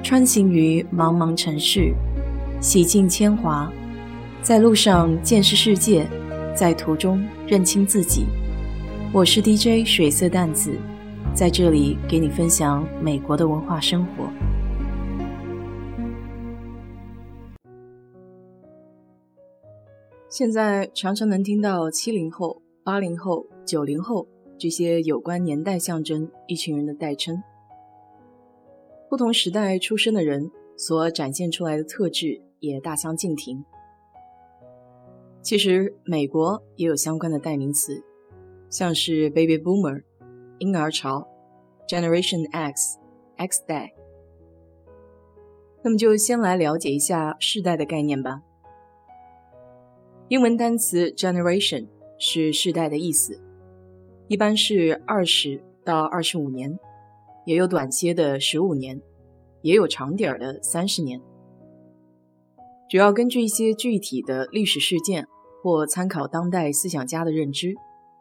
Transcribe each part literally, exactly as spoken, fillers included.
穿行于茫茫城市，洗尽铅华，在路上见识世界，在途中认清自己。我是 D J 水色淡子，在这里给你分享美国的文化生活。现在常常能听到七零后、八零后、九零后这些有关年代象征一群人的代称。不同时代出生的人所展现出来的特质也大相径庭。其实美国也有相关的代名词，像是 Baby Boomer 婴儿潮、 Generation X X 代。那么就先来了解一下世代的概念吧。英文单词 Generation 是世代的意思，一般是二十到二十五年，也有短些的十五年，也有长点的三十年。主要根据一些具体的历史事件或参考当代思想家的认知。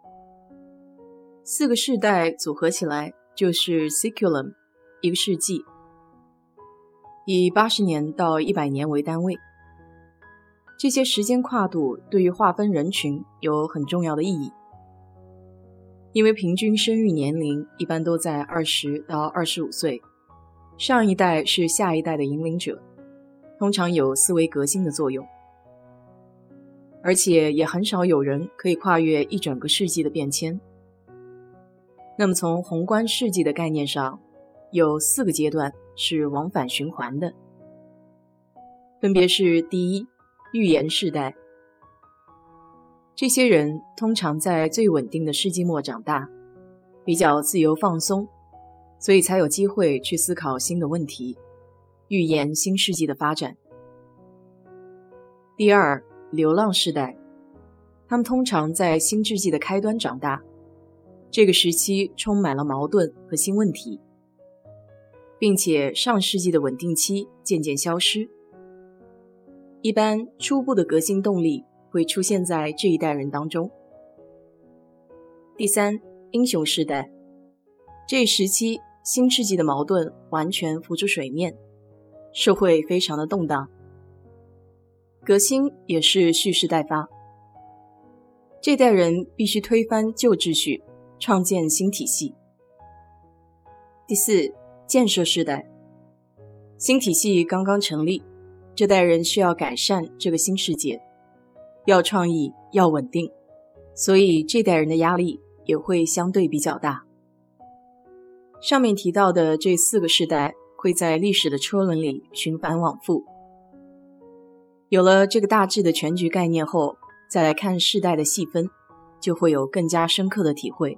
四个世代组合起来就是 Seculum 一个世纪，以八十年到一百年为单位。这些时间跨度对于划分人群有很重要的意义，因为平均生育年龄一般都在二十到二十五岁，上一代是下一代的引领者，通常有思维革新的作用，而且也很少有人可以跨越一整个世纪的变迁。那么从宏观世纪的概念上，有四个阶段是往返循环的，分别是第一，预言世代。这些人通常在最稳定的世纪末长大，比较自由放松，所以才有机会去思考新的问题，预言新世纪的发展。第二，流浪世代。他们通常在新世纪的开端长大，这个时期充满了矛盾和新问题，并且上世纪的稳定期渐渐消失。一般初步的革新动力会出现在这一代人当中。第三，英雄世代。这一时期新世纪的矛盾完全浮出水面，社会非常的动荡，革新也是蓄势待发。这代人必须推翻旧秩序，创建新体系。第四，建设世代。新体系刚刚成立，这代人需要改善这个新世界，要创意，要稳定，所以这代人的压力也会相对比较大。上面提到的这四个世代会在历史的车轮里循环往复。有了这个大致的全局概念后，再来看世代的细分，就会有更加深刻的体会。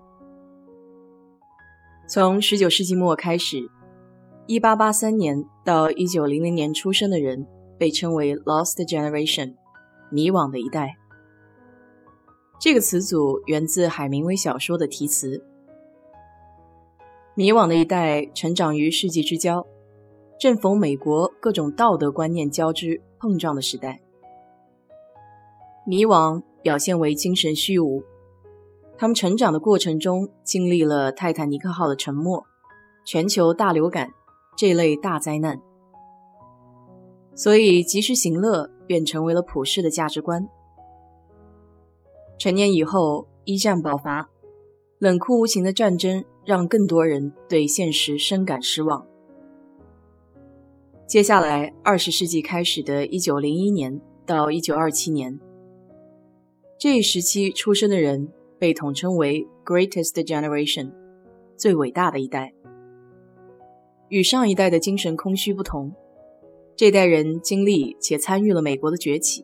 从十九世纪末开始，一八八三年到一九零零年出生的人被称为 Lost Generation 迷惘的一代。这个词组源自海明威小说的题词。迷惘的一代成长于世纪之交，正逢美国各种道德观念交织碰撞的时代。迷惘表现为精神虚无，他们成长的过程中经历了泰坦尼克号的沉没、全球大流感这类大灾难，所以及时行乐便成为了普世的价值观。成年以后，一战爆发，冷酷无情的战争让更多人对现实深感失望。接下来二十世纪开始的一九零一年到一九二七年，这一时期出生的人被统称为 Greatest Generation 最伟大的一代。与上一代的精神空虚不同，这代人经历且参与了美国的崛起。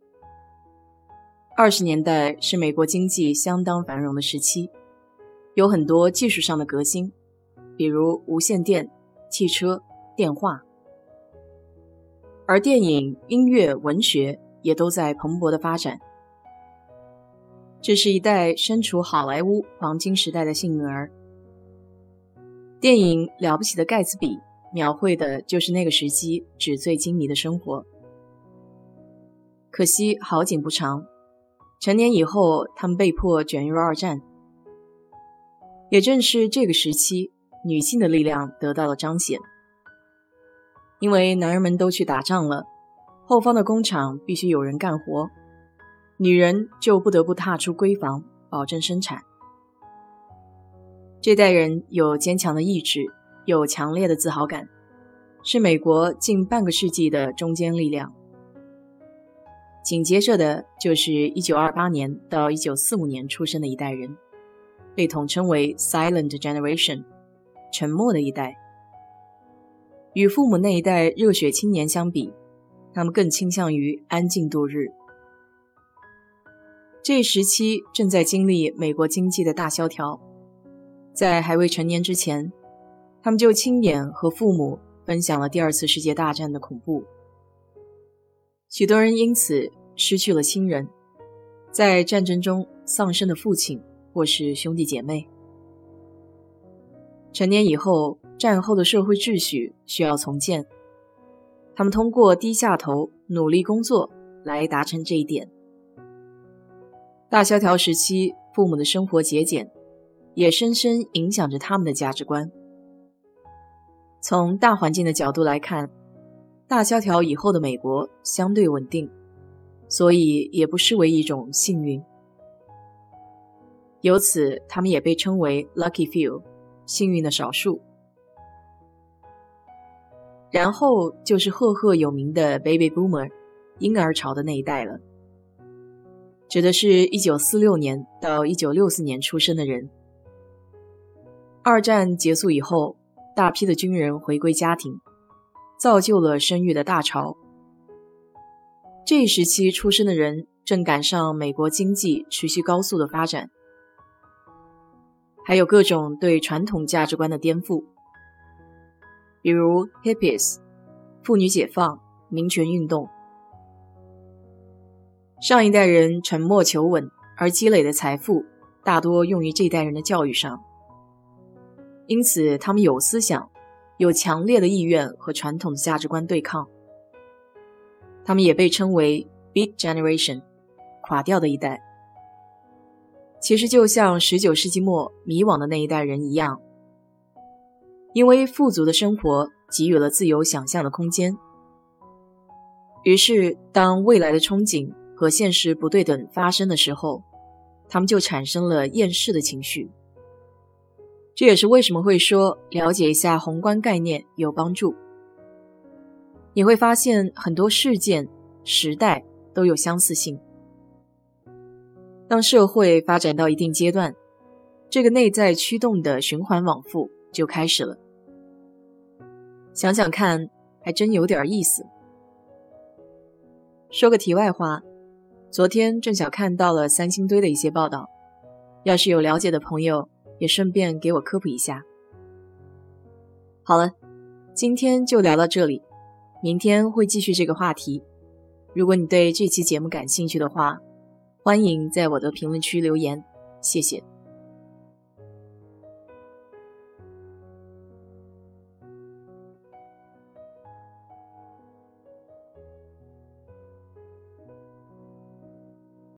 二十年代是美国经济相当繁荣的时期，有很多技术上的革新，比如无线电、汽车、电话。而电影、音乐、文学也都在蓬勃的发展。这是一代身处好莱坞黄金时代的幸运儿。电影《了不起的盖茨比》描绘的就是那个时期纸醉金迷的生活。可惜好景不长，成年以后他们被迫卷入二战。也正是这个时期，女性的力量得到了彰显。 因为男人们都去打仗了，后方的工厂必须有人干活，女人就不得不踏出闺房，保证生产。这代人有坚强的意志，有强烈的自豪感，是美国近半个世纪的中坚力量。紧接着的就是一九二八年到一九四五年出生的一代人，被统称为 Silent Generation， 沉默的一代。与父母那一代热血青年相比，他们更倾向于安静度日。这一时期正在经历美国经济的大萧条，在还未成年之前，他们就亲眼和父母分享了第二次世界大战的恐怖。许多人因此失去了亲人，在战争中丧生的父亲或是兄弟姐妹。成年以后，战后的社会秩序需要重建，他们通过低下头努力工作来达成这一点。大萧条时期，父母的生活节俭也深深影响着他们的价值观。从大环境的角度来看，大萧条以后的美国相对稳定，所以也不失为一种幸运。由此，他们也被称为 lucky few， 幸运的少数。然后就是赫赫有名的 baby boomer， 婴儿潮的那一代了，指的是一九四六年到一九六四年出生的人。二战结束以后，大批的军人回归家庭，造就了生育的大潮。这一时期出生的人正赶上美国经济持续高速的发展，还有各种对传统价值观的颠覆，比如 hippies、 妇女解放、民权运动。上一代人沉默求稳，而积累的财富大多用于这一代人的教育上，因此他们有思想，有强烈的意愿和传统的价值观对抗。他们也被称为 Big Generation， 垮掉的一代。其实就像十九世纪末迷惘的那一代人一样，因为富足的生活给予了自由想象的空间，于是当未来的憧憬和现实不对等发生的时候，他们就产生了厌世的情绪。这也是为什么会说了解一下宏观概念有帮助。你会发现很多事件、时代都有相似性。当社会发展到一定阶段，这个内在驱动的循环往复就开始了。想想看，还真有点意思。说个题外话，昨天正巧看到了三星堆的一些报道，要是有了解的朋友，也顺便给我科普一下。好了，今天就聊到这里，明天会继续这个话题。如果你对这期节目感兴趣的话，欢迎在我的评论区留言，谢谢。